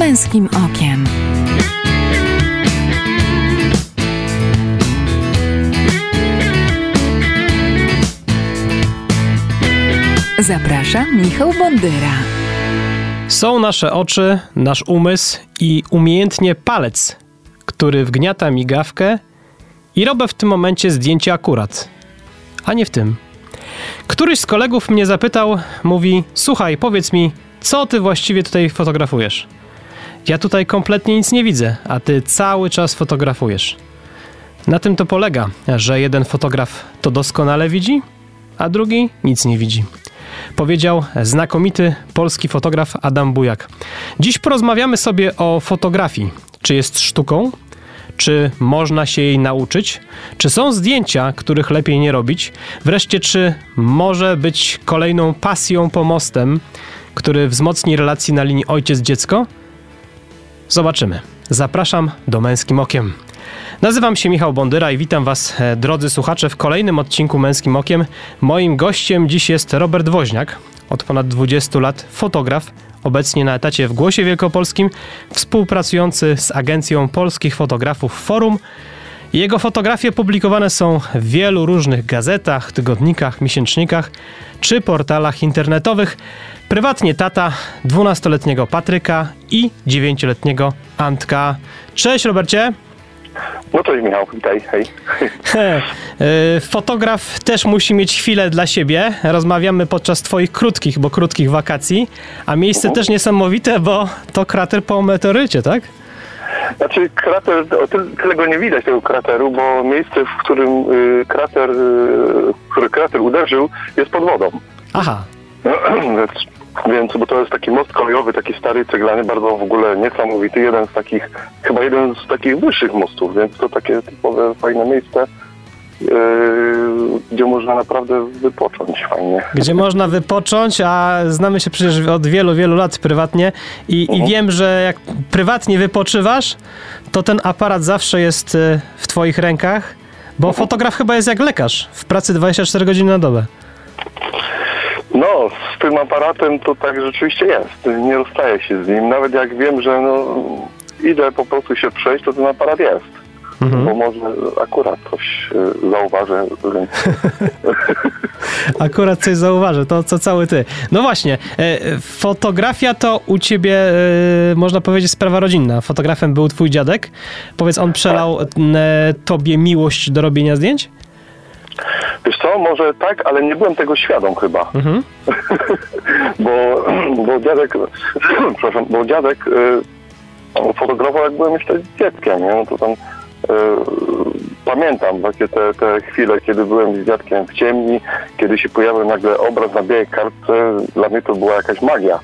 Męskim Okiem. Zaprasza Michał Bondyra. Są nasze oczy, nasz umysł i umiejętnie palec, który wgniata migawkę i robię w tym momencie zdjęcie akurat, a nie w tym. Któryś z kolegów mnie zapytał, mówi: słuchaj, powiedz mi, co ty właściwie tutaj fotografujesz? Ja tutaj kompletnie nic nie widzę, a ty cały czas fotografujesz. Na tym to polega, że jeden fotograf to doskonale widzi, a drugi nic nie widzi. Powiedział znakomity polski fotograf Adam Bujak. Dziś porozmawiamy sobie o fotografii. Czy jest sztuką? Czy można się jej nauczyć? Czy są zdjęcia, których lepiej nie robić? Wreszcie, czy może być kolejną pasją, pomostem, który wzmocni relacje na linii ojciec-dziecko? Zobaczymy. Zapraszam do Męskim Okiem. Nazywam się Michał Bondyra i witam Was, drodzy słuchacze, w kolejnym odcinku Męskim Okiem. Moim gościem dziś jest Robert Woźniak, od ponad 20 lat fotograf, obecnie na etacie w Głosie Wielkopolskim, współpracujący z Agencją Polskich Fotografów Forum. Jego fotografie publikowane są w wielu różnych gazetach, tygodnikach, miesięcznikach czy portalach internetowych. Prywatnie tata 12-letniego Patryka i 9-letniego Antka. Cześć, Robercie! No cześć Michał, witaj, hej. Fotograf też musi mieć chwilę dla siebie. Rozmawiamy podczas twoich krótkich wakacji, a miejsce też niesamowite, bo to krater po meteorycie, tak? Znaczy krater, tyle go nie widać, tego krateru, bo miejsce, w którym krater uderzył, jest pod wodą. Aha. Więc, bo to jest taki most kolejowy, taki stary, ceglany, bardzo w ogóle niesamowity, jeden z takich wyższych mostów, więc to takie typowe, fajne miejsce, gdzie można naprawdę wypocząć fajnie. Gdzie można wypocząć, a znamy się przecież od wielu lat prywatnie i wiem, że jak prywatnie wypoczywasz, to ten aparat zawsze jest w twoich rękach, bo fotograf chyba jest jak lekarz, w pracy 24 godziny na dobę. No, z tym aparatem to tak rzeczywiście jest. Nie rozstaję się z nim. Nawet jak wiem, że idę po prostu się przejść, to ten aparat jest. Bo może akurat coś zauważę. Akurat coś zauważę, to co cały ty. No właśnie, fotografia to u ciebie, można powiedzieć, sprawa rodzinna. Fotografem był twój dziadek. Powiedz, on przelał tobie miłość do robienia zdjęć? Wiesz co, może tak, ale nie byłem tego świadom chyba. bo dziadek fotografował, jak byłem jeszcze dzieckiem, nie? No to tam pamiętam takie te chwile, kiedy byłem z dziadkiem w ciemni, kiedy się pojawił nagle obraz na białej kartce, dla mnie to była jakaś magia.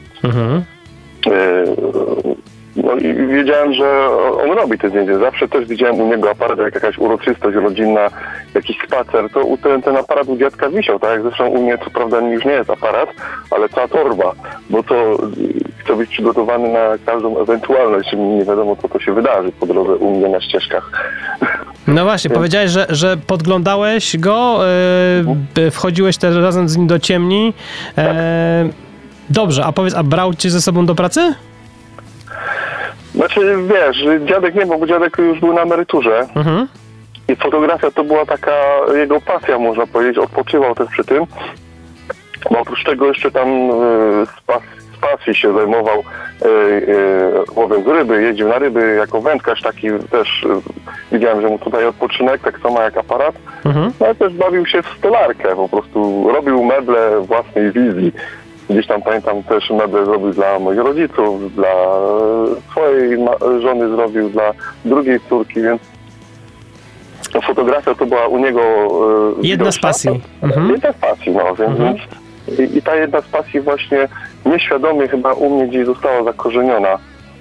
No i wiedziałem, że on robi te zdjęcia. Zawsze też widziałem u niego aparat, jak jakaś uroczystość rodzinna, jakiś spacer, to ten aparat u dziadka wisiał, tak? Zresztą u mnie, co prawda, już nie jest aparat, ale cała torba, bo to chcę być przygotowany na każdą ewentualność, nie wiadomo, co to się wydarzy po drodze u mnie na ścieżkach. No właśnie, powiedziałeś, że podglądałeś go, wchodziłeś też razem z nim do ciemni. Dobrze, a powiedz, a brał cię ze sobą do pracy? Znaczy, wiesz, dziadek nie, bo dziadek już był na emeryturze i fotografia to była taka jego pasja, można powiedzieć, odpoczywał też przy tym, bo oprócz tego jeszcze tam z pasji się zajmował łowiąc ryby, jeździł na ryby jako wędkarz, taki też widziałem, że mu tutaj odpoczynek, tak samo jak aparat, ale też bawił się w stolarkę, po prostu robił meble własnej wizji. Gdzieś tam pamiętam też meble zrobił dla moich rodziców, dla swojej żony zrobił, dla drugiej córki, więc fotografia to była u niego jedna z pasji. Jedna z pasji, no, więc i ta jedna z pasji właśnie nieświadomie chyba u mnie gdzieś została zakorzeniona.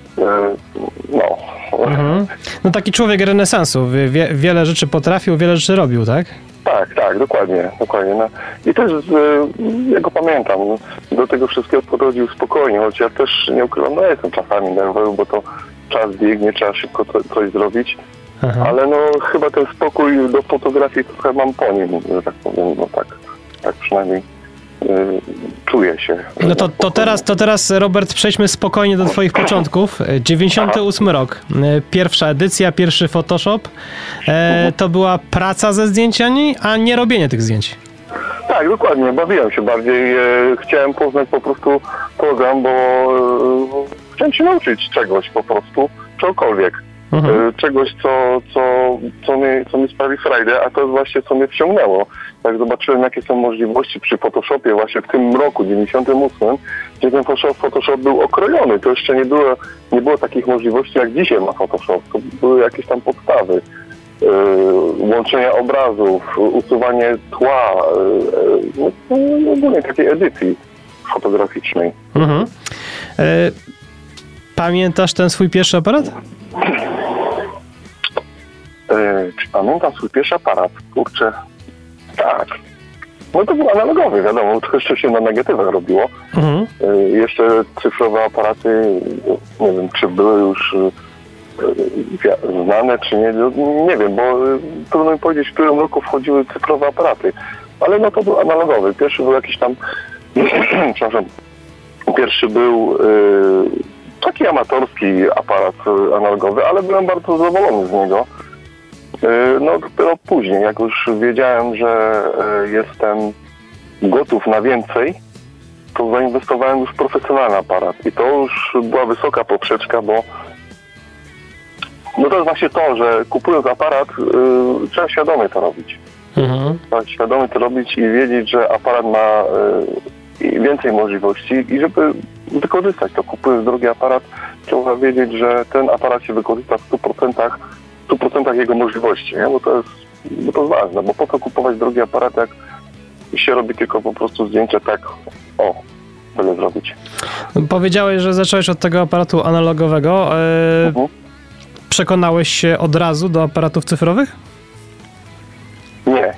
No taki człowiek renesansu, wiele rzeczy potrafił, wiele rzeczy robił, tak? Tak, dokładnie. No. I też jego pamiętam, do tego wszystkiego podchodził spokojnie, choć ja też nie ukrywam, jestem czasami nerwowy, bo to czas biegnie, trzeba szybko coś zrobić, ale chyba ten spokój do fotografii trochę mam po nim, że tak powiem, tak przynajmniej czuję się. No to teraz, Robert, przejdźmy spokojnie do twoich początków. 98 rok. Pierwsza edycja, pierwszy Photoshop. To była praca ze zdjęciami, a nie robienie tych zdjęć. Tak, dokładnie. Bawiłem się bardziej. Chciałem poznać po prostu program, bo chciałem się nauczyć czegoś po prostu, czegokolwiek. Czegoś, co mi sprawi frajdę, a to jest właśnie, co mnie wciągnęło. Jak zobaczyłem, jakie są możliwości przy Photoshopie właśnie w tym roku, 98, gdzie ten Photoshop był okrojony. To jeszcze nie było takich możliwości, jak dzisiaj ma Photoshop. To były jakieś tam podstawy. Łączenia obrazów, usuwanie tła, ogólnie takiej edycji fotograficznej. Pamiętasz ten swój pierwszy aparat? Czy pamiętam swój pierwszy aparat? Kurczę, tak. No to był analogowy, wiadomo, to jeszcze się na negatywach robiło. Jeszcze cyfrowe aparaty, nie wiem, czy były już znane, czy nie, nie wiem, bo trudno mi powiedzieć, w którym roku wchodziły cyfrowe aparaty. Ale no to był analogowy. Pierwszy był jakiś tam, przepraszam, pierwszy był taki amatorski aparat analogowy, ale byłem bardzo zadowolony z niego. No dopiero później, jak już wiedziałem, że jestem gotów na więcej, to zainwestowałem już w profesjonalny aparat. I to już była wysoka poprzeczka, bo no to jest właśnie to, że kupując aparat, trzeba świadomie to robić. Trzeba świadomie to robić i wiedzieć, że aparat ma więcej możliwości i żeby wykorzystać to, kupując drugi aparat, trzeba wiedzieć, że ten aparat się wykorzysta w 100% jego możliwości, nie? Bo to jest ważne, bo po co kupować drugi aparat, jak się robi tylko po prostu zdjęcia tak, byle zrobić. Powiedziałeś, że zacząłeś od tego aparatu analogowego. Przekonałeś się od razu do aparatów cyfrowych? Nie.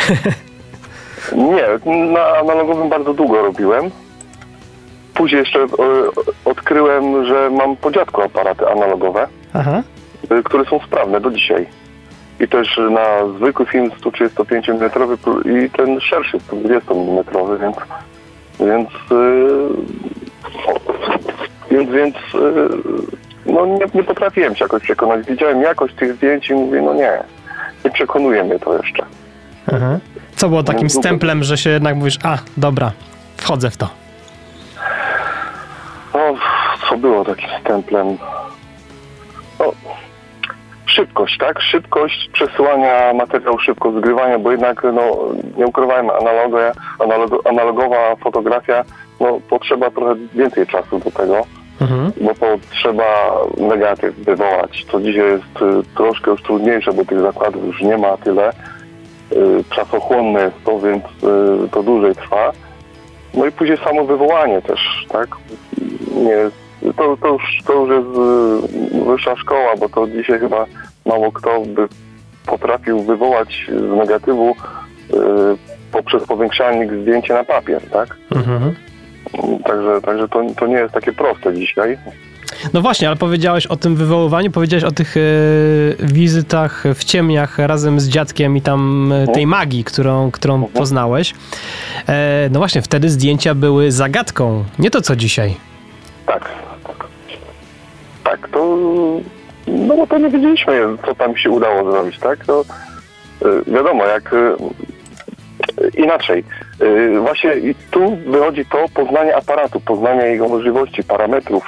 Nie, na analogowym bardzo długo robiłem. Później jeszcze odkryłem, że mam po dziadku aparaty analogowe, które są sprawne do dzisiaj. I też na zwykły film 135 mm i ten szerszy 120 mm, więc no nie potrafiłem się jakoś przekonać. Widziałem jakość tych zdjęć i mówię, no nie przekonuje mnie to jeszcze. Co było takim stemplem, że się jednak mówisz, dobra, wchodzę w to? No, co było takim stemplem? No, szybkość, tak? Szybkość przesyłania materiału, szybkość zgrywania, bo jednak, nie ukrywajmy, analogowa fotografia, potrzeba trochę więcej czasu do tego, bo to trzeba negatyw wywołać, co dzisiaj jest troszkę już trudniejsze, bo tych zakładów już nie ma tyle. Czasochłonne jest to, więc to dłużej trwa. No i później samo wywołanie też, tak? To już jest wyższa szkoła, bo to dzisiaj chyba mało kto by potrafił wywołać z negatywu poprzez powiększalnik zdjęcie na papier, tak? Także to nie jest takie proste dzisiaj. No właśnie, ale powiedziałeś o tym wywoływaniu, powiedziałeś o tych wizytach w ciemniach razem z dziadkiem i tam tej magii, którą poznałeś. No właśnie, wtedy zdjęcia były zagadką, nie to co dzisiaj. Tak, to bo to nie wiedzieliśmy, co tam się udało zrobić, tak? To wiadomo, jak inaczej. Właśnie tu wychodzi to poznanie aparatu, poznanie jego możliwości, parametrów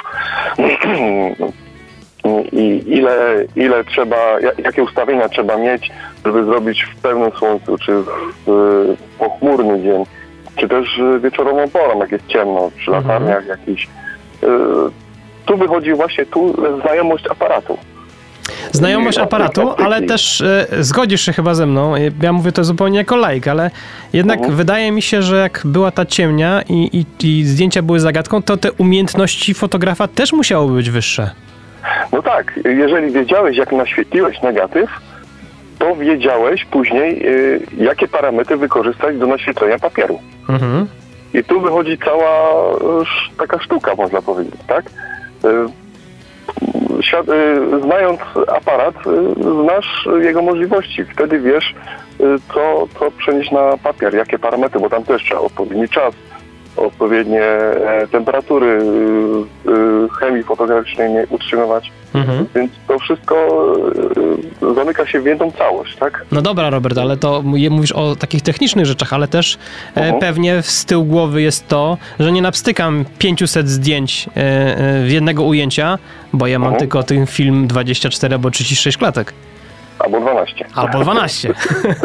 i ile trzeba, jakie ustawienia trzeba mieć, żeby zrobić w pełnym słońcu, czy w pochmurny dzień, czy też wieczorową porą, jak jest ciemno, przy latarniach jakiś. Tu wychodzi właśnie znajomość aparatu. Znajomość aparatu, ale też zgodzisz się chyba ze mną, ja mówię to zupełnie jako laik, ale jednak wydaje mi się, że jak była ta ciemnia i zdjęcia były zagadką, to te umiejętności fotografa też musiały być wyższe. No tak, jeżeli wiedziałeś, jak naświetliłeś negatyw, to wiedziałeś później, jakie parametry wykorzystać do naświetlenia papieru. I tu wychodzi cała taka sztuka, można powiedzieć, tak? znając aparat, znasz jego możliwości. Wtedy wiesz, co przenieść na papier, jakie parametry, bo tam też trzeba odpowiedni czas, odpowiednie temperatury chemii fotograficznej utrzymywać. Więc to wszystko zamyka się w jedną całość, tak? No dobra, Robert, ale to mówisz o takich technicznych rzeczach, ale też pewnie z tyłu głowy jest to, że nie napstykam 500 zdjęć w jednego ujęcia, bo ja mam tylko ten film 24 albo 36 klatek. Albo 12. Albo 12.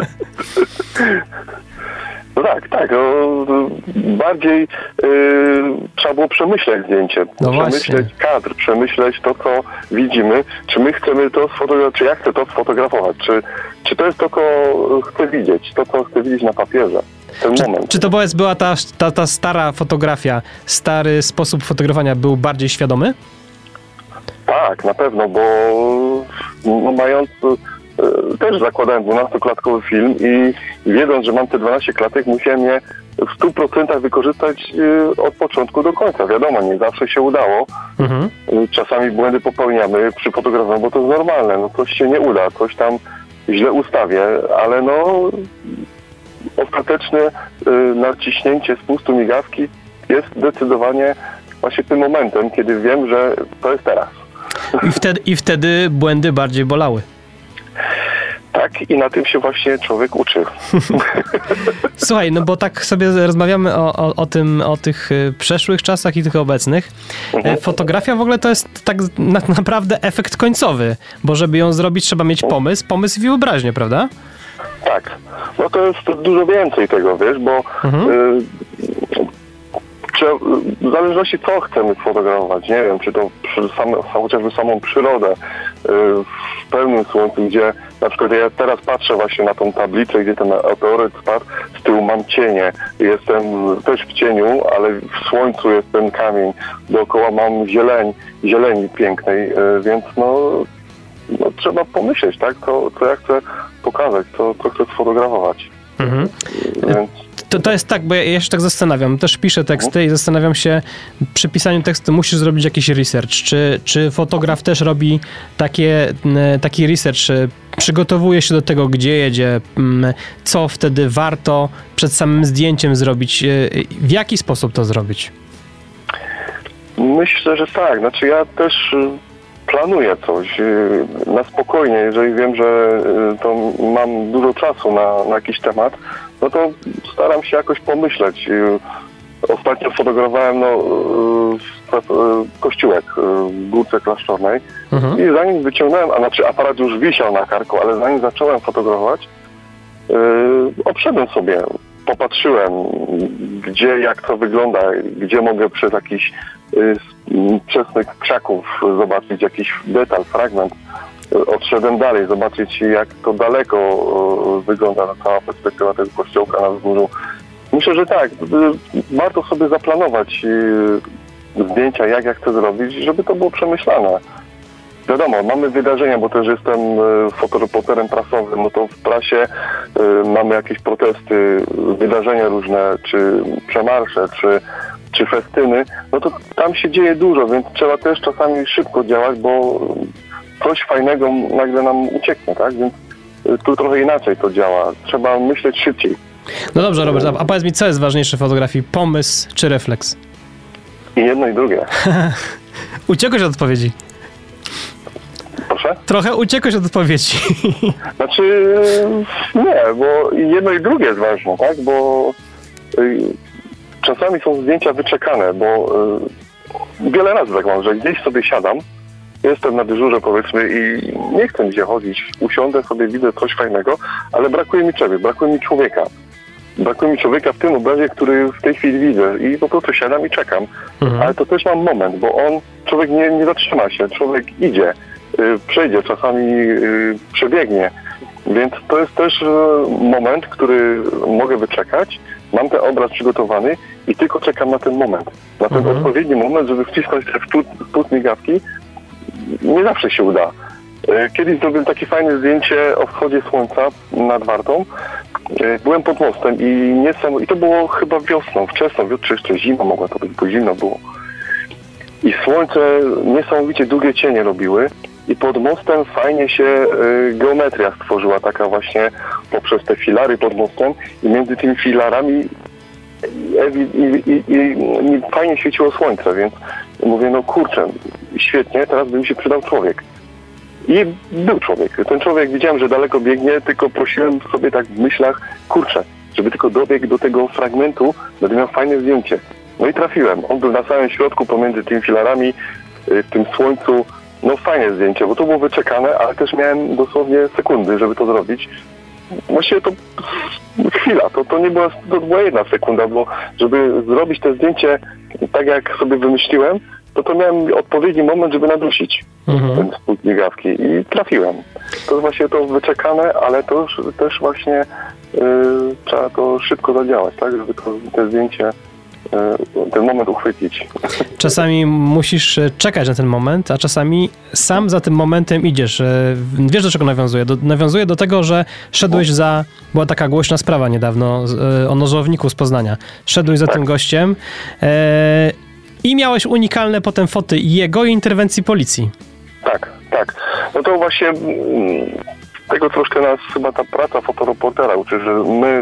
No tak. Bardziej trzeba było przemyśleć zdjęcie, przemyśleć kadr, przemyśleć to, co widzimy, czy my chcemy to sfotografować, czy ja chcę to sfotografować, czy to jest to, co chcę widzieć, to, co chcę widzieć na papierze. Ten moment. Czy to była ta stara fotografia, stary sposób fotografowania był bardziej świadomy? Tak, na pewno, bo mając... Też zakładałem 12-klatkowy film i wiedząc, że mam te 12 klatek, musiałem je w 100% wykorzystać od początku do końca. Wiadomo, nie zawsze się udało. Czasami błędy popełniamy przy fotografowaniu, bo to jest normalne. No coś się nie uda, coś tam źle ustawię, ale ostateczne naciśnięcie spustu migawki jest zdecydowanie właśnie tym momentem, kiedy wiem, że to jest teraz. I wtedy błędy bardziej bolały. Tak, i na tym się właśnie człowiek uczy. Słuchaj, no bo tak sobie rozmawiamy o tych przeszłych czasach i tych obecnych. Fotografia w ogóle to jest tak naprawdę efekt końcowy, bo żeby ją zrobić, trzeba mieć pomysł i wyobraźnię, prawda? Tak, no to jest dużo więcej tego, wiesz, bo w zależności co chcemy sfotografować, nie wiem, czy to chociażby samą przyrodę w pełnym słońcu, gdzie na przykład ja teraz patrzę właśnie na tą tablicę, gdzie ten meteoryt spadł, z tyłu mam cienie, jestem też w cieniu, ale w słońcu jest ten kamień, dookoła mam zieleni pięknej, więc trzeba pomyśleć, tak, co ja chcę pokazać, co chcę sfotografować. Więc... To jest tak, bo ja się tak zastanawiam, też piszę teksty i zastanawiam się, przy pisaniu tekstu musisz zrobić jakiś research, czy fotograf też robi taki research, przygotowuje się do tego, gdzie jedzie, co wtedy warto przed samym zdjęciem zrobić, w jaki sposób to zrobić? Myślę, że tak, znaczy ja też planuję coś na spokojnie, jeżeli wiem, że to mam dużo czasu na jakiś temat, no to staram się jakoś pomyśleć. Ostatnio fotografowałem kościółek w Górce Klasztornej i zanim wyciągnąłem, aparat już wisiał na karku, ale zanim zacząłem fotografować, obszedłem sobie, popatrzyłem, gdzie, jak to wygląda, gdzie mogę przez jakiś przesmyk krzaków zobaczyć jakiś detal, fragment. Odszedłem dalej, zobaczyć jak to daleko wygląda cała perspektywa tego kościołka na wzgórzu. Myślę, że tak, warto sobie zaplanować zdjęcia, jak ja chcę zrobić, żeby to było przemyślane. Wiadomo, mamy wydarzenia, bo też jestem fotoreporterem prasowym, no to w prasie mamy jakieś protesty, wydarzenia różne, czy przemarsze, czy festyny, no to tam się dzieje dużo, więc trzeba też czasami szybko działać, bo coś fajnego nagle nam ucieknie, tak? Więc tu trochę inaczej to działa. Trzeba myśleć szybciej. No dobrze, Robert, a powiedz mi, co jest ważniejsze w fotografii? Pomysł czy refleks? I jedno i drugie. Uciekłeś od odpowiedzi. Proszę? Trochę uciekłeś od odpowiedzi. Znaczy, nie, bo jedno i drugie jest ważne, tak? Bo czasami są zdjęcia wyczekane, bo wiele razy tak mam, że gdzieś sobie siadam, jestem na dyżurze, powiedzmy, i nie chcę gdzie chodzić. Usiądę sobie, widzę coś fajnego, ale brakuje mi czegoś, brakuje mi człowieka. Brakuje mi człowieka w tym obrazie, który w tej chwili widzę i po prostu siadam i czekam. Ale to też mam moment, bo człowiek nie zatrzyma się, człowiek idzie, przejdzie, czasami przebiegnie. Więc to jest też moment, który mogę wyczekać. Mam ten obraz przygotowany i tylko czekam na ten moment. Na ten odpowiedni moment, żeby wcisnąć się w spust migawki. Nie zawsze się uda. Kiedyś zrobiłem takie fajne zdjęcie o wschodzie słońca nad Wartą. Byłem pod mostem i to było chyba wiosną, wczesną, czy jeszcze zima mogła to być, bo zimno było. i słońce niesamowicie długie cienie robiły i pod mostem fajnie się geometria stworzyła, taka właśnie poprzez te filary pod mostem i między tymi filarami i fajnie świeciło słońce, więc mówię, no kurczę, świetnie, teraz by mi się przydał człowiek. I był człowiek. Ten człowiek, widziałem, że daleko biegnie, tylko prosiłem sobie tak w myślach, kurczę, żeby tylko dobiegł do tego fragmentu, będę miał fajne zdjęcie. No i trafiłem. On był na samym środku pomiędzy tymi filarami, w tym słońcu. No fajne zdjęcie, bo to było wyczekane, ale też miałem dosłownie sekundy, żeby to zrobić. Właściwie to chwila, to nie była, to była jedna sekunda, bo żeby zrobić to zdjęcie tak, jak sobie wymyśliłem, to miałem odpowiedni moment, żeby nadusić ten spust migawki i trafiłem. To jest właśnie to wyczekane, ale to też właśnie trzeba to szybko zadziałać, tak, żeby te zdjęcie, ten moment uchwycić. Czasami musisz czekać na ten moment, a czasami sam za tym momentem idziesz. Wiesz, do czego nawiązuje? Nawiązuje do tego, że szedłeś była taka głośna sprawa niedawno o nożowniku z Poznania. Szedłeś za tym gościem i miałeś unikalne potem foty jego i interwencji policji. Tak. No to właśnie tego troszkę nas chyba ta praca fotoreportera uczy, że my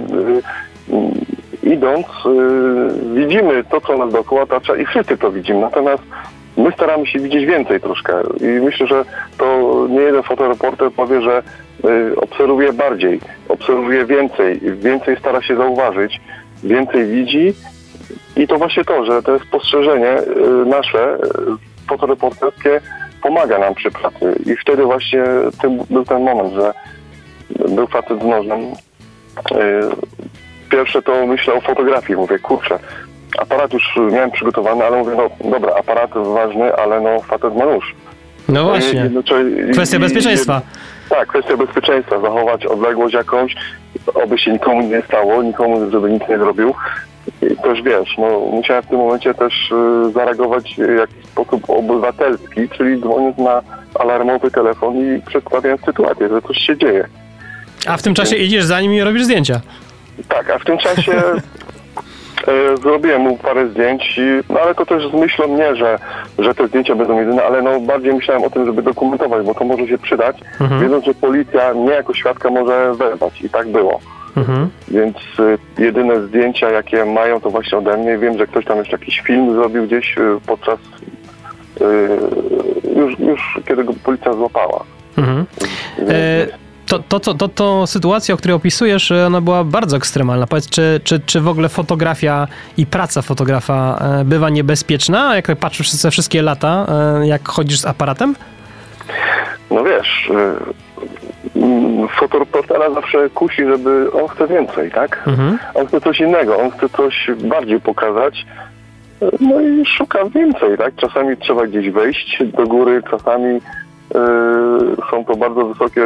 idąc widzimy to, co nas dookoła otacza i wszyscy to widzimy. Natomiast my staramy się widzieć więcej troszkę i myślę, że to nie jeden fotoreporter powie, że obserwuje bardziej, obserwuje więcej stara się zauważyć, więcej widzi i to właśnie to, że to spostrzeżenie nasze fotoreporterskie pomaga nam przy pracy i wtedy właśnie był ten moment, że był facet z nożem. Pierwsze to myślę o fotografii, mówię, kurczę, aparat już miałem przygotowany, ale mówię, no dobra, aparat ważny, ale no facet ma nóż. No właśnie, kwestia bezpieczeństwa. Tak, kwestia bezpieczeństwa, zachować odległość jakąś, oby się nikomu nie stało, nikomu, żeby nic nie zrobił. I też wiesz, no musiałem w tym momencie też zareagować w jakiś sposób obywatelski, czyli dzwoniąc na alarmowy telefon i przedstawiając sytuację, że coś się dzieje. A w tym czasie idziesz za nim i robisz zdjęcia. Tak, a w tym czasie zrobiłem mu parę zdjęć, no ale to też z myślą nie, że te zdjęcia będą jedyne, ale no bardziej myślałem o tym, żeby dokumentować, bo to może się przydać, wiedząc, że policja mnie jako świadka może wezwać i tak było. Więc jedyne zdjęcia, jakie mają, to właśnie ode mnie. Wiem, że ktoś tam jeszcze jakiś film zrobił gdzieś podczas już kiedy go policja złapała. To sytuacja, o której opisujesz, ona była bardzo ekstremalna. Powiedz, czy w ogóle fotografia i praca fotografa bywa niebezpieczna, jak patrzysz przez te wszystkie lata, jak chodzisz z aparatem? No wiesz, fotoreportera zawsze kusi, żeby on chce więcej, tak? On chce coś innego, on chce coś bardziej pokazać, no i szuka więcej, tak? Czasami trzeba gdzieś wejść do góry, czasami są to bardzo wysokie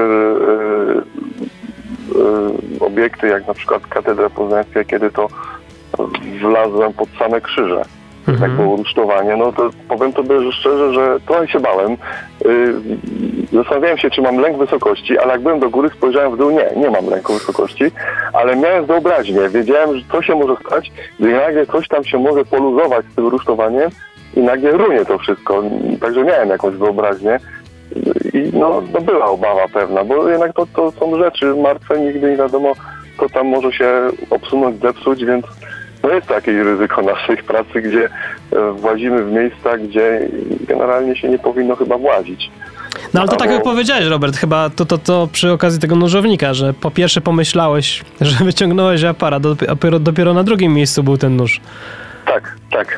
obiekty, jak na przykład Katedra Poznańska, kiedy to wlazłem pod same krzyże. Jak było rusztowanie, no to powiem tobie szczerze, że trochę się bałem. Zastanawiałem się, czy mam lęk wysokości, ale jak byłem do góry, spojrzałem w dół, nie mam lęku wysokości, ale miałem wyobraźnię, wiedziałem, że co się może stać, gdy nagle coś tam się może poluzować z tym rusztowaniem i nagle runie to wszystko. Także miałem jakąś wyobraźnię i no była obawa pewna, bo jednak to są rzeczy martwe, nigdy nie wiadomo, co tam może się obsunąć, zepsuć, więc no jest jakieś ryzyko naszej pracy, gdzie włazimy w miejsca, gdzie generalnie się nie powinno chyba włazić. No ale to tak jak powiedziałeś, Robert, chyba to przy okazji tego nożownika, że po pierwsze pomyślałeś, że wyciągnąłeś aparat, dopiero na drugim miejscu był ten nóż. Tak.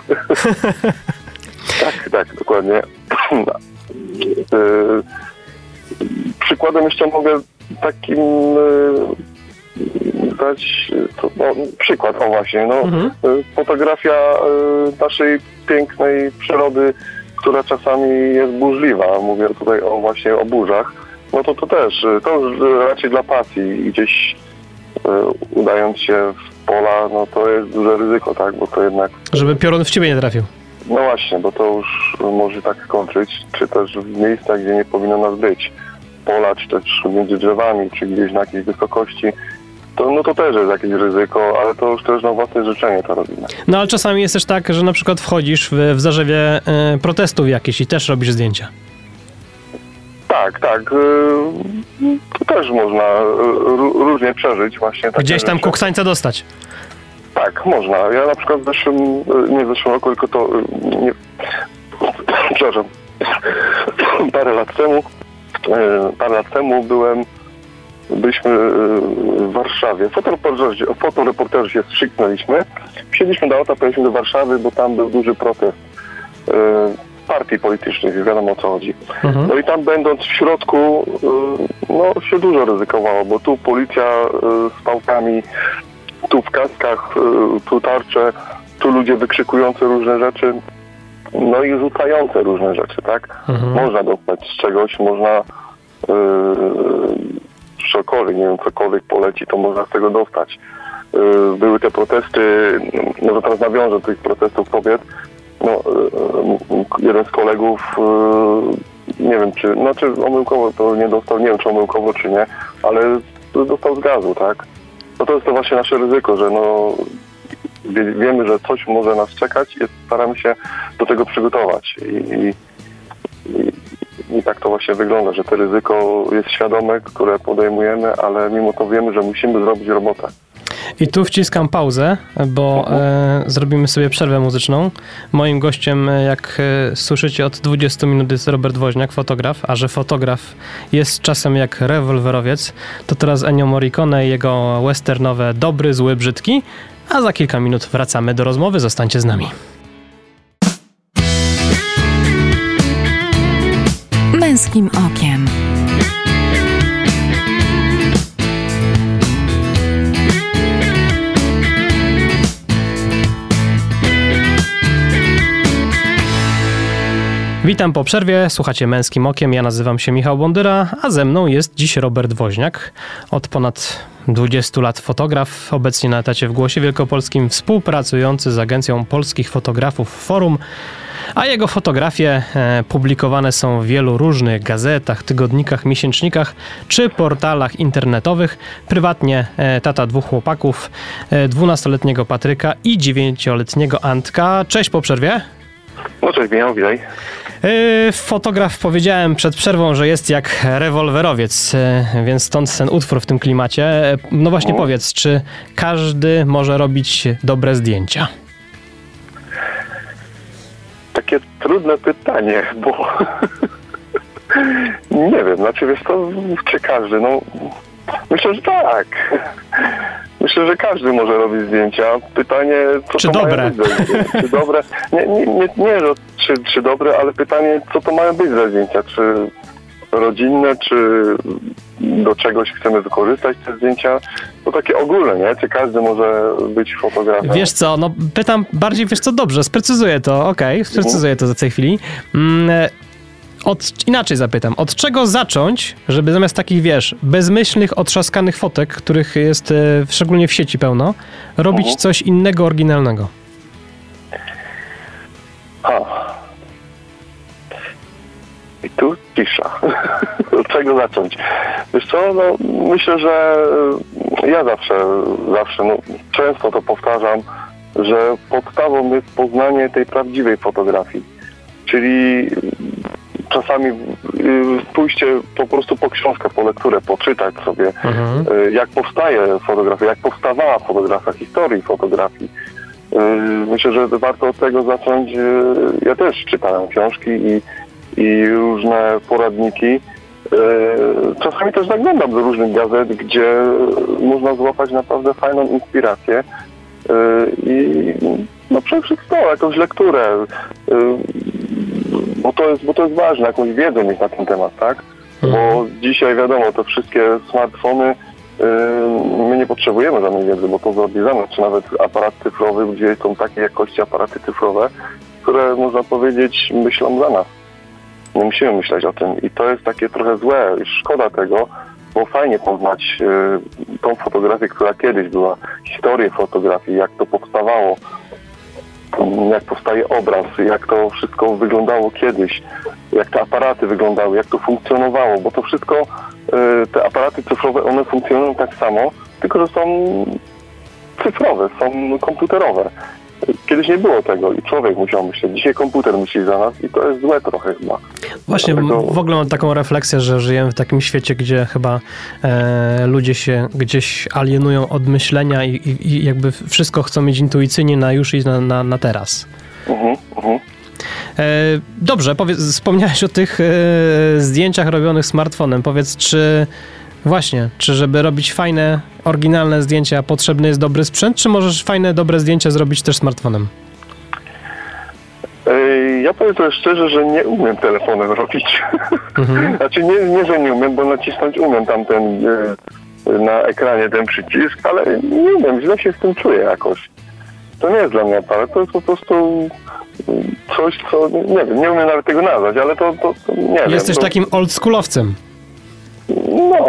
tak, dokładnie. Przykładem jeszcze mogę takim dać przykład, właśnie, fotografia naszej pięknej przyrody, która czasami jest burzliwa, mówię tutaj właśnie o burzach, no to też, to już raczej dla pasji, gdzieś udając się w pola, no to jest duże ryzyko, tak, bo to jednak... Żeby piorun w ciebie nie trafił. No właśnie, bo to już może tak skończyć, czy też w miejscach, gdzie nie powinno nas być. Pola, czy też między drzewami, czy gdzieś na jakiejś wysokości. to też jest jakieś ryzyko, ale to już też na własne życzenie to robimy. No ale czasami jest też tak, że na przykład wchodzisz w zarzewie protestów jakieś i też robisz zdjęcia. Tak. To też można różnie przeżyć właśnie takie Gdzieś tam rzeczy. kuksańca dostać. Tak, można. Ja na przykład nie w zeszłym roku, tylko przepraszam, parę lat temu byliśmy w Warszawie. Fotoreporterzy się strzyknęliśmy. Wsiedliśmy do auta, pojechaliśmy do Warszawy, bo tam był duży protest partii politycznych, wiadomo o co chodzi. No i tam będąc w środku, się dużo ryzykowało, bo tu policja z pałkami, tu w kaskach, tu tarcze, tu ludzie wykrzykujący różne rzeczy, no i rzucające różne rzeczy, tak? Można dostać z czegoś, można cokolwiek, nie wiem, cokolwiek poleci, to można z tego dostać. Były te protesty, no to teraz nawiążę do tych protestów kobiet, jeden z kolegów, nie wiem czy omyłkowo to nie dostał, nie wiem czy omyłkowo czy nie, ale dostał z gazu, tak? No to jest to właśnie nasze ryzyko, że wiemy, że coś może nas czekać i staramy się do tego przygotować. I tak to właśnie wygląda, że to ryzyko jest świadome, które podejmujemy, ale mimo to wiemy, że musimy zrobić robotę. I tu wciskam pauzę, bo zrobimy sobie przerwę muzyczną. Moim gościem, jak słyszycie, od 20 minut jest Robert Woźniak, fotograf, a że fotograf jest czasem jak rewolwerowiec, to teraz Ennio Morricone i jego westernowe Dobry, Zły, Brzydki, a za kilka minut wracamy do rozmowy. Zostańcie z nami. Męskim okiem. Witam po przerwie, słuchacie Męskim Okiem, ja nazywam się Michał Bondyra, a ze mną jest dziś Robert Woźniak. Od ponad 20 lat fotograf, obecnie na etacie w Głosie Wielkopolskim, współpracujący z Agencją Polskich Fotografów Forum, a jego fotografie publikowane są w wielu różnych gazetach, tygodnikach, miesięcznikach czy portalach internetowych. Prywatnie tata 2 chłopaków, 12-letniego Patryka i 9-letniego Antka. Cześć po przerwie. No cześć, Michał, witaj. Fotograf, powiedziałem przed przerwą, że jest jak rewolwerowiec, więc stąd ten utwór w tym klimacie. No właśnie powiedz, czy każdy może robić dobre zdjęcia? Takie trudne pytanie, bo nie wiem, wiesz co, czy każdy, myślę, że tak. Myślę, że każdy może robić zdjęcia. Pytanie, co czy to dobre? Mają być za zdjęcia? Czy dobre? Nie, że czy dobre, ale pytanie, co to mają być za zdjęcia? Czy rodzinne, czy do czegoś chcemy wykorzystać te zdjęcia? To takie ogólne, nie? Czy każdy może być fotografem? Wiesz co, pytam bardziej, dobrze, sprecyzuję to, sprecyzuję to w tej chwili. Inaczej zapytam, od czego zacząć, żeby zamiast takich, bezmyślnych, otrzaskanych fotek, których jest szczególnie w sieci pełno, robić coś innego, oryginalnego? I tu cisza. Od czego zacząć? Wiesz co, myślę, że ja zawsze, często to powtarzam, że podstawą jest poznanie tej prawdziwej fotografii. Czyli czasami pójście po prostu po książkę, po lekturę, poczytać sobie, jak powstaje fotografia, jak powstawała fotografia, historii fotografii. Myślę, że warto od tego zacząć. Ja też czytałem książki i różne poradniki. Czasami też zaglądam do różnych gazet, gdzie można złapać naprawdę fajną inspirację i przede wszystkim jakąś lekturę, bo to jest ważne, jakąś wiedzę mieć na ten temat, tak? Bo dzisiaj wiadomo, te wszystkie smartfony, my nie potrzebujemy żadnej wiedzy, bo to zrobi za nas, czy nawet aparat cyfrowy, gdzie są takiej jakości aparaty cyfrowe, które można powiedzieć myślą za nas. Nie musimy myśleć o tym i to jest takie trochę złe i szkoda tego, bo fajnie poznać tą fotografię, która kiedyś była, historię fotografii, jak to powstawało, jak powstaje obraz, jak to wszystko wyglądało kiedyś, jak te aparaty wyglądały, jak to funkcjonowało, bo to wszystko, te aparaty cyfrowe, one funkcjonują tak samo, tylko że są cyfrowe, są komputerowe. Kiedyś nie było tego i człowiek musiał myśleć. Dzisiaj komputer myśli za nas i to jest złe trochę chyba. Właśnie, w ogóle mam taką refleksję, że żyjemy w takim świecie, gdzie chyba ludzie się gdzieś alienują od myślenia i jakby wszystko chcą mieć intuicyjnie na już i na teraz. Dobrze, wspomniałeś o tych zdjęciach robionych smartfonem. Powiedz, czy żeby robić fajne, oryginalne zdjęcia potrzebny jest dobry sprzęt, czy możesz fajne, dobre zdjęcia zrobić też smartfonem? Ja powiem sobie szczerze, że nie umiem telefonem robić. Znaczy nie, że nie umiem, bo nacisnąć umiem tamten na ekranie ten przycisk, ale nie umiem, źle się z tym czuję jakoś. To nie jest dla mnie aparat, to jest po prostu coś, co nie wiem, nie umiem nawet tego nazwać, ale to nie wiem. Jesteś takim oldschoolowcem. No,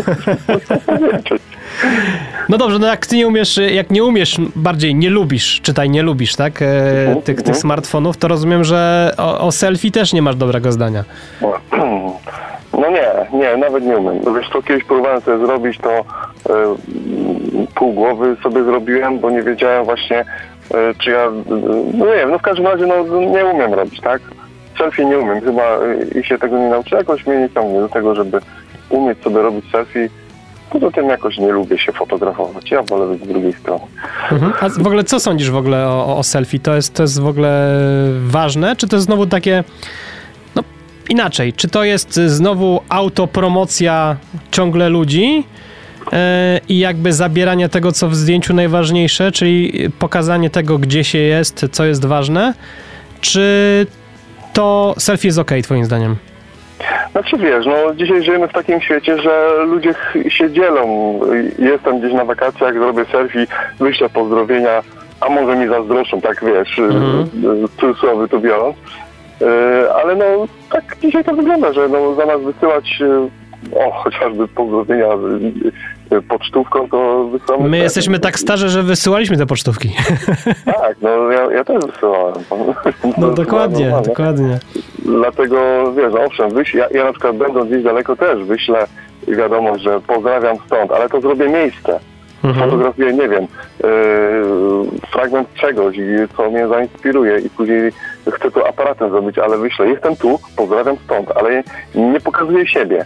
no dobrze, no jak ty nie umiesz, bardziej nie lubisz, tak, tych smartfonów, to rozumiem, że o selfie też nie masz dobrego zdania. No nie, nawet nie umiem. Wiesz co, kiedyś próbowałem sobie zrobić to, pół głowy sobie zrobiłem, bo nie wiedziałem właśnie, czy ja, no nie wiem, no w każdym razie nie umiem robić, tak? Selfie nie umiem, chyba i się tego nie nauczę, jakoś mnie nie ciągnie do tego, żeby umieć sobie robić selfie. Poza tym jakoś nie lubię się fotografować. Ja wolę być z drugiej strony. A w ogóle co sądzisz w ogóle o selfie? To jest w ogóle ważne? Czy to jest znowu takie... No inaczej. Czy to jest znowu autopromocja ciągle ludzi i jakby zabieranie tego, co w zdjęciu najważniejsze, czyli pokazanie tego, gdzie się jest, co jest ważne? Czy to selfie jest okej, twoim zdaniem? Znaczy wiesz, no dzisiaj żyjemy w takim świecie, że ludzie się dzielą. Jestem gdzieś na wakacjach, zrobię selfie, wyślę pozdrowienia, a może mi zazdroszczą, tak wiesz, cudzysłowy tu biorąc. Ale no tak dzisiaj to wygląda, że no zamiast wysyłać chociażby pozdrowienia pocztówką, to wysyłamy... My jesteśmy tak starzy, że wysyłaliśmy te pocztówki. Tak, no ja też wysyłałem. No dokładnie. Dlatego, wiesz, owszem, ja na przykład będąc gdzieś daleko też wyślę wiadomość, że pozdrawiam stąd, ale to zrobię miejsce. Fotografuję, nie wiem, fragment czegoś, co mnie zainspiruje i później chcę to aparatem zrobić, ale wyślę, jestem tu, pozdrawiam stąd, ale nie pokazuję siebie.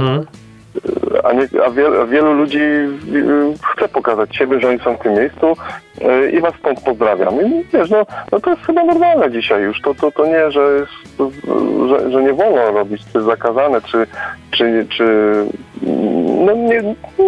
A wielu ludzi chce pokazać siebie, że oni są w tym miejscu i was stąd pozdrawiam. I wiesz, no to jest chyba normalne dzisiaj już. To nie, że nie wolno robić, czy zakazane, czy no nie...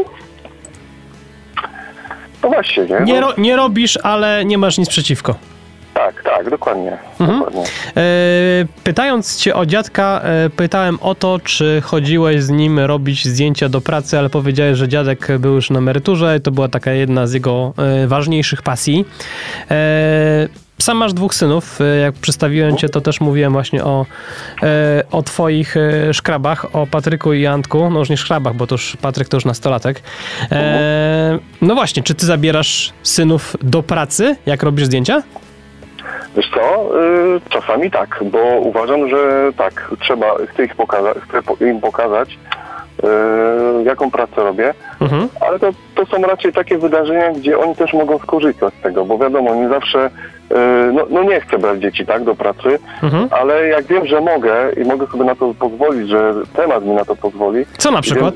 No właśnie, nie? Nie robisz, ale nie masz nic przeciwko. Tak, dokładnie. Dokładnie. Pytając cię o dziadka, pytałem o to, czy chodziłeś z nim robić zdjęcia do pracy, ale powiedziałeś, że dziadek był już na emeryturze i to była taka jedna z jego ważniejszych pasji. Sam masz 2 synów. Jak przedstawiłem cię, to też mówiłem właśnie o twoich szkrabach, o Patryku i Antku. No już nie szkrabach, bo to już Patryk to już nastolatek. No właśnie, czy ty zabierasz synów do pracy, jak robisz zdjęcia? Wiesz co, czasami tak, bo uważam, że tak, chcę im pokazać, jaką pracę robię, ale to są raczej takie wydarzenia, gdzie oni też mogą skorzystać z tego, bo wiadomo, nie zawsze, no nie chcę brać dzieci, tak, do pracy, ale jak wiem, że mogę i mogę sobie na to pozwolić, że temat mi na to pozwoli. Co na przykład?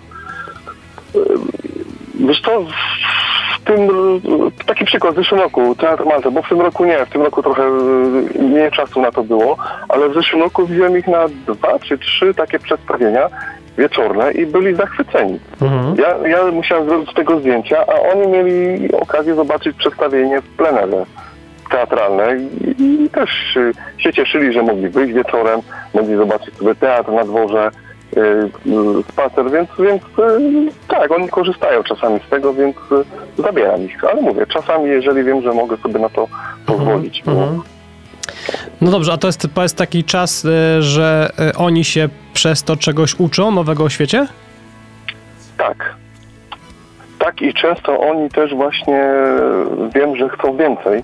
Wiesz co, taki przykład, w zeszłym roku, Teatr Malta, bo w tym roku nie, w tym roku trochę mniej czasu na to było, ale w zeszłym roku wziąłem ich na 2 czy 3 takie przedstawienia wieczorne i byli zachwyceni. Ja musiałem zrobić z tego zdjęcia, a oni mieli okazję zobaczyć przedstawienie w plenerze teatralne i też się cieszyli, że mogli wyjść wieczorem, mogli zobaczyć sobie teatr na dworze, spacer, więc tak, oni korzystają czasami z tego, więc zabieram ich, ale mówię, czasami jeżeli wiem, że mogę sobie na to pozwolić. No dobrze, a to jest taki czas, że oni się przez to czegoś uczą nowego o świecie? Tak. Tak i często oni też właśnie wiem, że chcą więcej.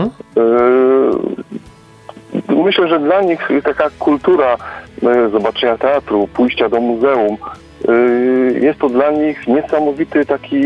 Myślę, że dla nich taka kultura zobaczenia teatru, pójścia do muzeum, jest to dla nich niesamowity taki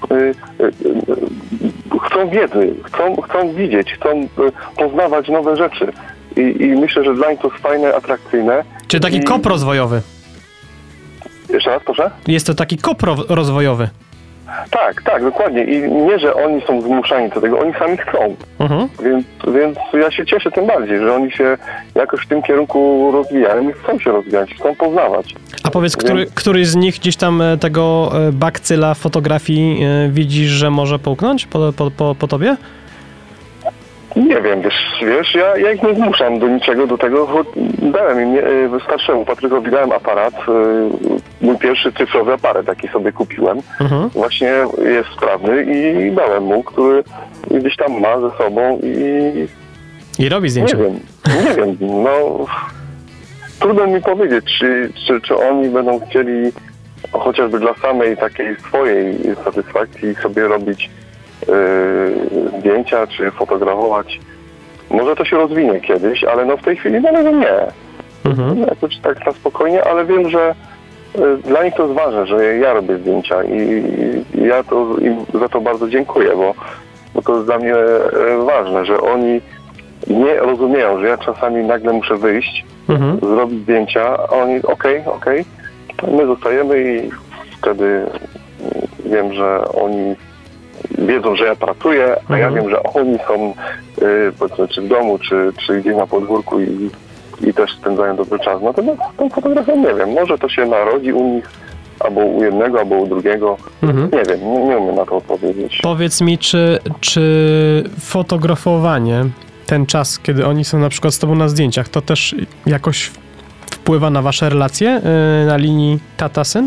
chcą wiedzy, chcą widzieć, chcą poznawać nowe rzeczy. I myślę, że dla nich to jest fajne, atrakcyjne. Czy taki kop rozwojowy? Jeszcze raz, proszę? Jest to taki kop rozwojowy. Tak, dokładnie. I nie, że oni są zmuszani do tego, oni sami chcą. Więc ja się cieszę tym bardziej, że oni się jakoś w tym kierunku rozwijają i chcą się rozwijać, chcą poznawać. A powiedz, który z nich gdzieś tam tego bakcyla fotografii widzisz, że może połknąć po tobie? Nie wiem, wiesz, ja ich nie zmuszam do niczego, do tego, bo dałem im, starszemu Patrykowi dałem aparat, mój pierwszy cyfrowy aparat, jaki sobie kupiłem, właśnie jest sprawny i dałem mu, który gdzieś tam ma ze sobą i robi zdjęcia. Nie wiem, no trudno mi powiedzieć, czy oni będą chcieli chociażby dla samej takiej swojej satysfakcji sobie robić zdjęcia, czy fotografować. Może to się rozwinie kiedyś, ale no w tej chwili na razie nie. Jakoś tak na spokojnie, ale wiem, że dla nich to jest ważne, że ja robię zdjęcia i ja to im za to bardzo dziękuję, bo to jest dla mnie ważne, że oni nie rozumieją, że ja czasami nagle muszę wyjść, zrobić zdjęcia, a oni okej, my zostajemy i wtedy wiem, że oni wiedzą, że ja pracuję, a ja wiem, że oni są powiedzmy, czy w domu, czy gdzieś na podwórku i też spędzają dobry czas. Natomiast tą fotografią nie wiem, może to się narodzi u nich, albo u jednego, albo u drugiego. Nie wiem, nie umiem na to odpowiedzieć. Powiedz mi, czy fotografowanie, ten czas, kiedy oni są na przykład z tobą na zdjęciach, to też jakoś wpływa na wasze relacje na linii tata-syn?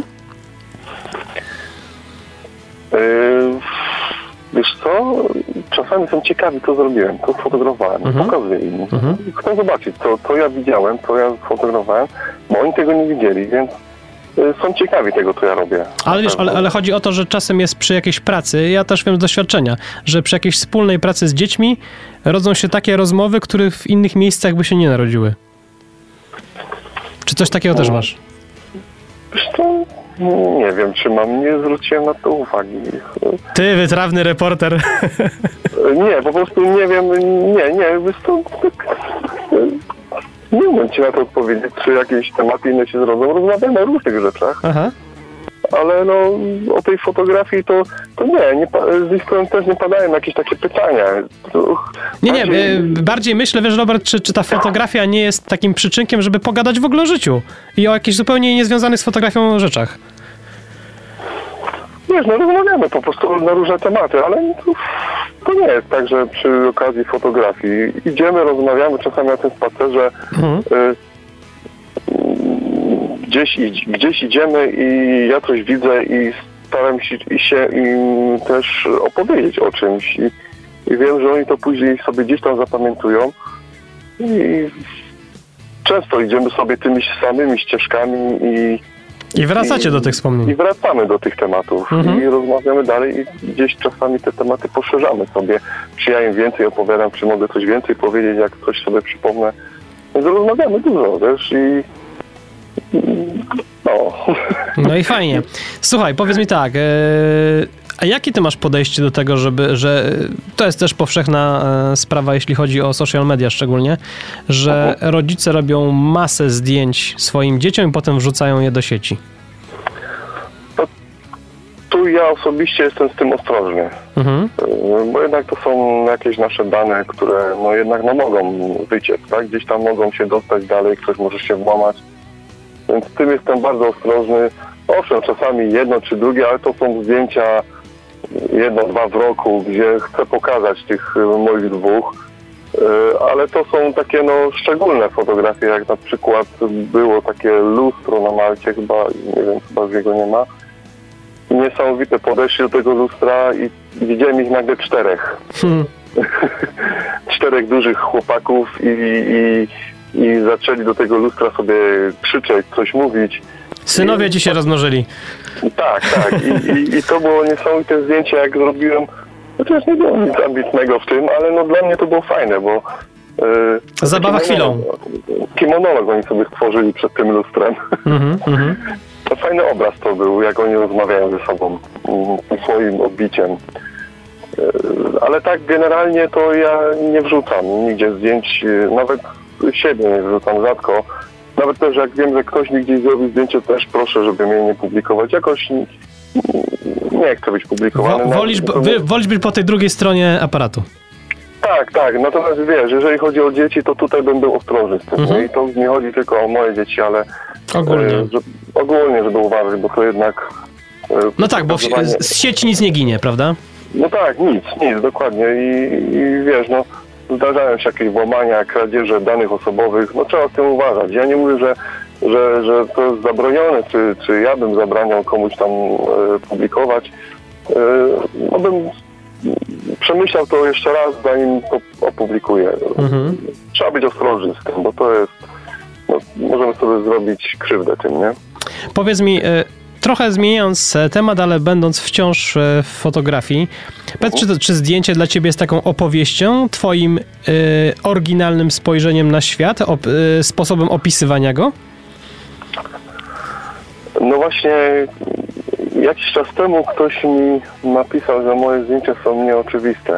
Wiesz co, czasami są ciekawi, co zrobiłem, co sfotografowałem, pokazuję im. Chcą zobaczyć, co ja widziałem, co ja sfotografowałem, bo oni tego nie widzieli, więc są ciekawi tego, co ja robię. Ale wiesz, ale chodzi o to, że czasem jest przy jakiejś pracy, ja też wiem z doświadczenia, że przy jakiejś wspólnej pracy z dziećmi rodzą się takie rozmowy, które w innych miejscach by się nie narodziły. Czy coś takiego też masz? Wiesz co? Nie wiem, czy nie zwróciłem na to uwagi. Ty, wytrawny reporter. Nie, po prostu nie wiem, wiesz co, nie umiem ci na to odpowiedzieć, czy jakieś tematy inne się zrodzą. Rozmawiamy o różnych rzeczach. Ale no, o tej fotografii to nie, z ich strony też nie padają jakieś takie pytania. Bardziej myślę, wiesz, Robert, czy ta fotografia nie jest takim przyczynkiem, żeby pogadać w ogóle o życiu i o jakichś zupełnie niezwiązanych z fotografią rzeczach. Wiesz, no rozmawiamy po prostu na różne tematy, ale to nie jest tak, że przy okazji fotografii idziemy, rozmawiamy czasami na tym spacerze, gdzieś idziemy i ja coś widzę i staram się im też opowiedzieć o czymś i wiem, że oni to później sobie gdzieś tam zapamiętują i często idziemy sobie tymi samymi ścieżkami i wracacie do tych wspomnień. I wracamy do tych tematów i rozmawiamy dalej i gdzieś czasami te tematy poszerzamy sobie. Czy ja im więcej opowiadam, czy mogę coś więcej powiedzieć, jak coś sobie przypomnę. Więc rozmawiamy dużo, wiesz, No i fajnie. Słuchaj, powiedz mi tak, a jakie ty masz podejście do tego, że to jest też powszechna sprawa, jeśli chodzi o social media szczególnie, że rodzice robią masę zdjęć swoim dzieciom i potem wrzucają je do sieci? Tu ja osobiście jestem z tym ostrożny, bo jednak to są jakieś nasze dane, które no jednak mogą wyciec, tak? Gdzieś tam mogą się dostać dalej, ktoś może się włamać. Więc z tym jestem bardzo ostrożny. Owszem, czasami jedno czy drugie, ale to są zdjęcia 1-2 w roku, gdzie chcę pokazać tych moich dwóch. Ale to są takie szczególne fotografie, jak na przykład było takie lustro na Malcie, chyba jego nie ma. Niesamowite, podeszli do tego lustra i widziałem ich nagle 4. 4 dużych chłopaków i zaczęli do tego lustra sobie krzyczeć, coś mówić. Synowie ci się rozmnożyli. Tak. I to było niesamowite zdjęcie, jak zrobiłem. Chociaż nie było nic ambitnego w tym, ale dla mnie to było fajne, bo... Zabawa chwilą. Kimonolog oni sobie stworzyli przed tym lustrem. fajny obraz to był, jak oni rozmawiają ze sobą, swoim odbiciem. Ale tak generalnie to ja nie wrzucam nigdzie zdjęć, nawet siebie nie wrzucam rzadko. Nawet też jak wiem, że ktoś mi gdzieś zrobił zdjęcie, też proszę, żeby mnie nie publikować. Jakoś nie chcę być publikowany. Wolisz być po tej drugiej stronie aparatu. Tak. Natomiast wiesz, jeżeli chodzi o dzieci, to tutaj bym był ostrożny z tym. I to nie chodzi tylko o moje dzieci, ale ogólnie, żeby uważać, bo to jednak... No tak, bo z sieci nic nie ginie, prawda? No tak, nic, dokładnie. I wiesz, no zdarzają się jakieś włamania, kradzieże danych osobowych, no trzeba z tym uważać. Ja nie mówię, że to jest zabronione, czy ja bym zabraniał komuś tam publikować. No bym przemyślał to jeszcze raz, zanim to opublikuję. Trzeba być ostrożny z tym, bo to jest, no, możemy sobie zrobić krzywdę tym, nie? Powiedz mi, trochę zmieniając temat, ale będąc wciąż w fotografii, powiedz, czy zdjęcie dla ciebie jest taką opowieścią, twoim oryginalnym spojrzeniem na świat, sposobem opisywania go? No właśnie, jakiś czas temu ktoś mi napisał, że moje zdjęcia są nieoczywiste.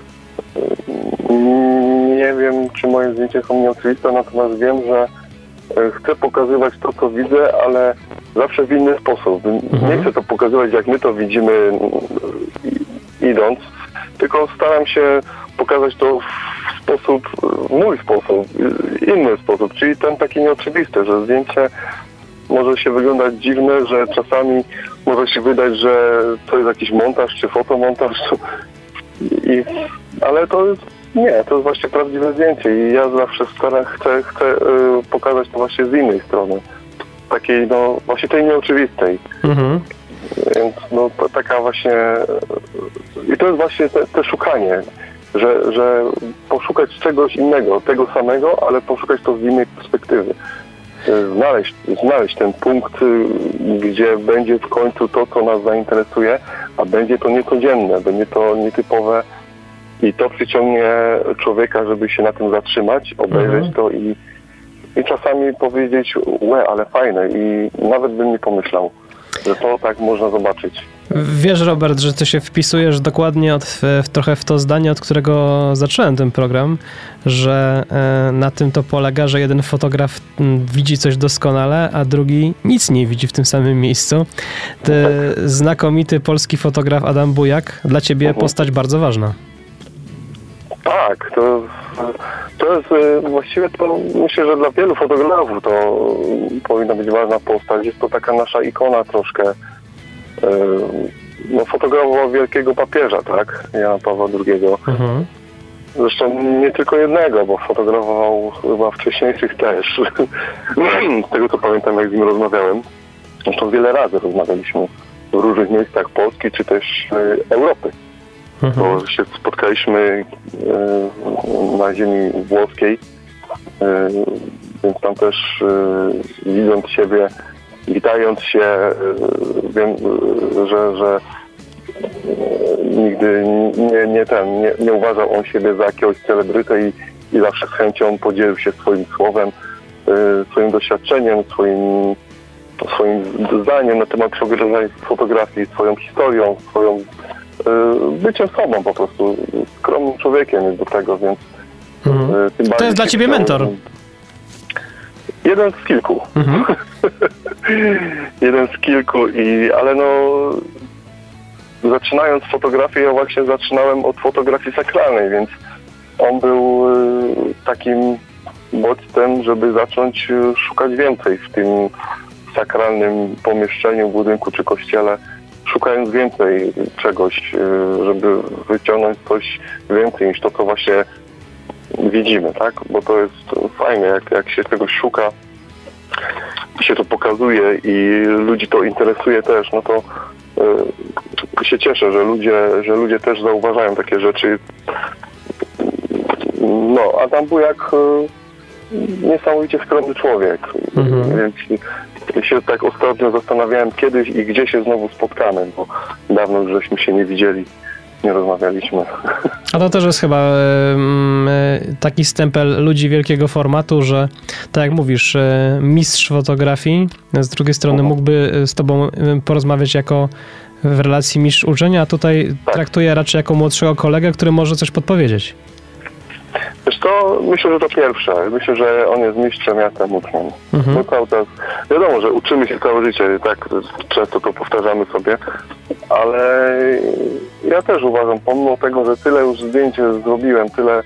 Nie wiem, czy moje zdjęcia są nieoczywiste, natomiast wiem, że chcę pokazywać to, co widzę, ale zawsze w inny sposób. Nie chcę to pokazywać, jak my to widzimy idąc, tylko staram się pokazać to w sposób, mój sposób, inny sposób, czyli ten taki nieoczywisty, że zdjęcie może się wyglądać dziwne, że czasami może się wydać, że to jest jakiś montaż czy fotomontaż, ale to jest to jest właśnie prawdziwe zdjęcie i ja zawsze chcę pokazać to właśnie z innej strony. Takiej, no, właśnie tej nieoczywistej. Więc, no, taka właśnie... I to jest właśnie te szukanie, że poszukać czegoś innego, tego samego, ale poszukać to z innej perspektywy. Znaleźć ten punkt, gdzie będzie w końcu to, co nas zainteresuje, a będzie to niecodzienne, będzie to nietypowe i to przyciągnie człowieka, żeby się na tym zatrzymać, obejrzeć to i czasami powiedzieć, ale fajne i nawet bym nie pomyślał, że to tak można zobaczyć. Wiesz, Robert, że ty się wpisujesz dokładnie trochę w to zdanie, od którego zacząłem ten program, że na tym to polega, że jeden fotograf widzi coś doskonale, a drugi nic nie widzi w tym samym miejscu. Znakomity polski fotograf Adam Bujak, dla ciebie postać bardzo ważna. Tak, to jest właściwie to myślę, że dla wielu fotografów to powinna być ważna postać. Jest to taka nasza ikona troszkę. No, fotografował wielkiego papieża, tak? Jana Pawła II. Zresztą nie tylko jednego, bo fotografował chyba wcześniejszych też. Z tego co pamiętam, jak z nim rozmawiałem. Zresztą wiele razy rozmawialiśmy w różnych miejscach Polski, czy też Europy. Bo się spotkaliśmy na ziemi włoskiej, więc tam też widząc siebie, witając się, wiem, że nigdy nie uważał on siebie za jakiegoś celebrytę i zawsze z chęcią podzielił się swoim słowem, swoim doświadczeniem, swoim zdaniem na temat fotografii, swoją historią, swoją byciem sobą po prostu, skromnym człowiekiem jest do tego, więc... To jest dla ciebie mentor. Jeden z kilku. Jeden z kilku, ale no zaczynając fotografię, ja właśnie zaczynałem od fotografii sakralnej, więc on był takim bodźcem, żeby zacząć szukać więcej w tym sakralnym pomieszczeniu, budynku czy kościele, szukając więcej czegoś, żeby wyciągnąć coś więcej niż to, co właśnie widzimy, tak? Bo to jest fajne, jak się czegoś szuka, się to pokazuje i ludzi to interesuje też, no to się cieszę, że ludzie też zauważają takie rzeczy. No, Adam Bujak niesamowicie skromny człowiek, więc się tak ostatnio zastanawiałem kiedyś i gdzie się znowu spotkamy, bo dawno już żeśmy się nie widzieli. nie rozmawialiśmy. A to też jest chyba taki stempel ludzi wielkiego formatu, że tak jak mówisz, mistrz fotografii z drugiej strony mógłby z tobą porozmawiać jako w relacji mistrz uczenia, a tutaj traktuje raczej jako młodszego kolegę, który może coś podpowiedzieć. Wiesz co, myślę, że to pierwsze. Myślę, że on jest mistrzem, ja jestem uczniem. No cały czas, wiadomo, że uczymy się całe życie, tak często to powtarzamy sobie, ale ja też uważam, pomimo tego, że tyle już zdjęć zrobiłem, tyle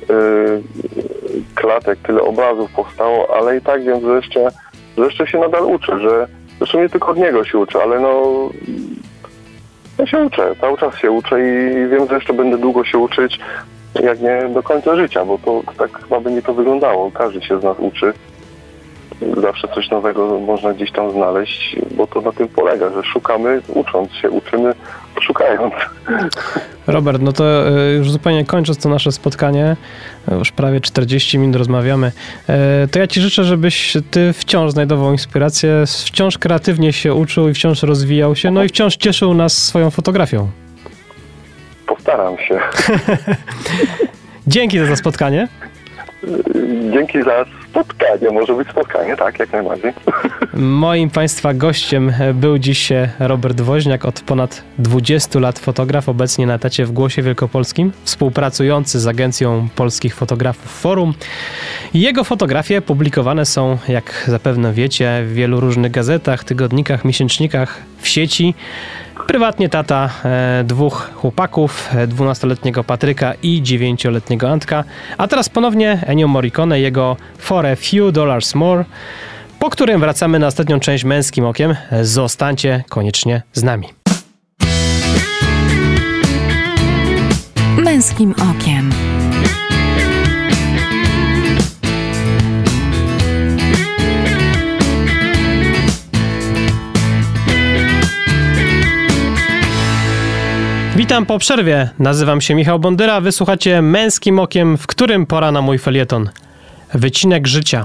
klatek, tyle obrazów powstało, ale i tak wiem, że jeszcze się nadal uczę, że zresztą nie tylko od niego się uczę, ale ja się uczę, cały czas się uczę i wiem, że jeszcze będę długo się uczyć, jak nie do końca życia, bo to tak chyba będzie to wyglądało. Każdy się z nas uczy. Zawsze coś nowego można gdzieś tam znaleźć, bo to na tym polega, że szukamy, ucząc się, uczymy, szukając. Robert, no to już zupełnie kończąc to nasze spotkanie, już prawie 40 minut rozmawiamy, to ja ci życzę, żebyś ty wciąż znajdował inspirację, wciąż kreatywnie się uczył i wciąż rozwijał się, no i wciąż cieszył nas swoją fotografią. Postaram się. Dzięki za spotkanie. Dzięki za spotkanie. Może być spotkanie, tak, jak najbardziej. Moim Państwa gościem był dziś Robert Woźniak, od ponad 20 lat fotograf, obecnie na etacie w Głosie Wielkopolskim, współpracujący z Agencją Polskich Fotografów Forum. Jego fotografie publikowane są, jak zapewne wiecie, w wielu różnych gazetach, tygodnikach, miesięcznikach, w sieci. Prywatnie tata dwóch chłopaków, 12-letniego Patryka i 9-letniego Antka. A teraz ponownie Ennio Morricone, jego For a Few Dollars More, po którym wracamy na ostatnią część Męskim Okiem. Zostańcie koniecznie z nami. Męskim Okiem. Witam po przerwie. Nazywam się Michał Bondyra. Wysłuchacie Męskim Okiem, w którym pora na mój felieton. Wycinek życia.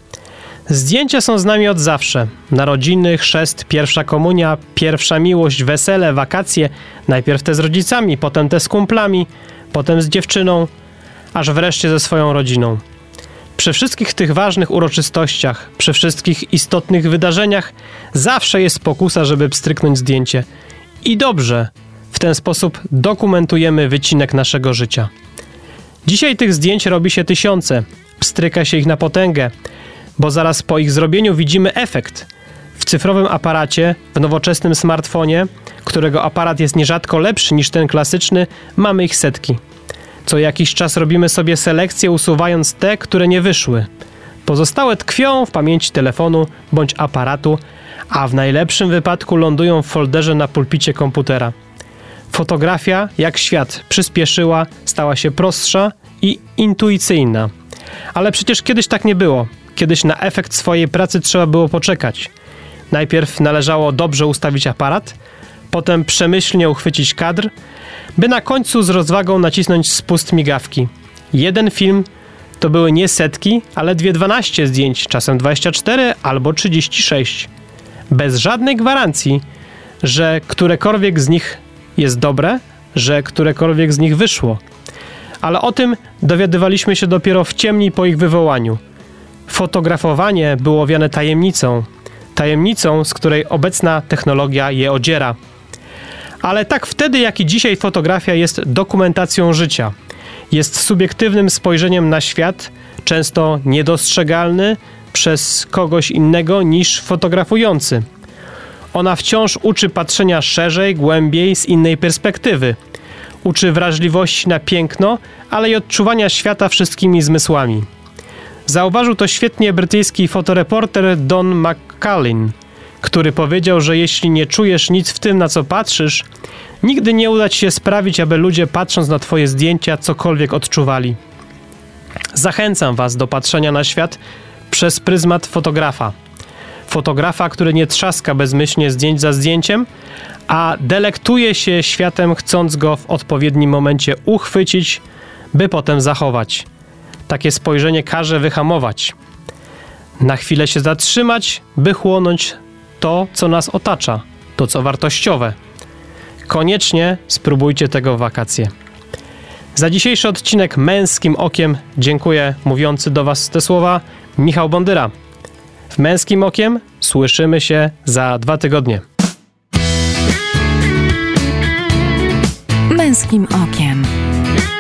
Zdjęcia są z nami od zawsze. Narodziny, chrzest, pierwsza komunia, pierwsza miłość, wesele, wakacje. Najpierw te z rodzicami, potem te z kumplami, potem z dziewczyną, aż wreszcie ze swoją rodziną. Przy wszystkich tych ważnych uroczystościach, przy wszystkich istotnych wydarzeniach zawsze jest pokusa, żeby pstryknąć zdjęcie. I dobrze. W ten sposób dokumentujemy wycinek naszego życia. Dzisiaj tych zdjęć robi się tysiące. Pstryka się ich na potęgę, bo zaraz po ich zrobieniu widzimy efekt. W cyfrowym aparacie, w nowoczesnym smartfonie, którego aparat jest nierzadko lepszy niż ten klasyczny, mamy ich setki. Co jakiś czas robimy sobie selekcję, usuwając te, które nie wyszły. Pozostałe tkwią w pamięci telefonu bądź aparatu, a w najlepszym wypadku lądują w folderze na pulpicie komputera. Fotografia, jak świat, przyspieszyła, stała się prostsza i intuicyjna. Ale przecież kiedyś tak nie było. Kiedyś na efekt swojej pracy trzeba było poczekać. Najpierw należało dobrze ustawić aparat, potem przemyślnie uchwycić kadr, by na końcu z rozwagą nacisnąć spust migawki. Jeden film to były nie setki, ale ledwie 12 zdjęć, czasem 24 albo 36. Bez żadnej gwarancji, że którekolwiek z nich jest dobre, że którekolwiek z nich wyszło. Ale o tym dowiadywaliśmy się dopiero w ciemni po ich wywołaniu. Fotografowanie było owiane tajemnicą. Tajemnicą, z której obecna technologia je odziera. Ale tak wtedy, jak i dzisiaj fotografia jest dokumentacją życia. Jest subiektywnym spojrzeniem na świat, często niedostrzegalny przez kogoś innego niż fotografujący. Ona wciąż uczy patrzenia szerzej, głębiej, z innej perspektywy. Uczy wrażliwości na piękno, ale i odczuwania świata wszystkimi zmysłami. Zauważył to świetnie brytyjski fotoreporter Don McCullin, który powiedział, że jeśli nie czujesz nic w tym, na co patrzysz, nigdy nie uda ci się sprawić, aby ludzie, patrząc na twoje zdjęcia, cokolwiek odczuwali. Zachęcam was do patrzenia na świat przez pryzmat fotografa. Fotografa, który nie trzaska bezmyślnie zdjęć za zdjęciem, a delektuje się światem, chcąc go w odpowiednim momencie uchwycić, by potem zachować. Takie spojrzenie każe wyhamować. Na chwilę się zatrzymać, by chłonąć to, co nas otacza, to, co wartościowe. Koniecznie spróbujcie tego w wakacje. Za dzisiejszy odcinek Męskim Okiem dziękuję mówiący do Was te słowa Michał Bondyra. W Męskim Okiem słyszymy się za 2 tygodnie. Męskim Okiem.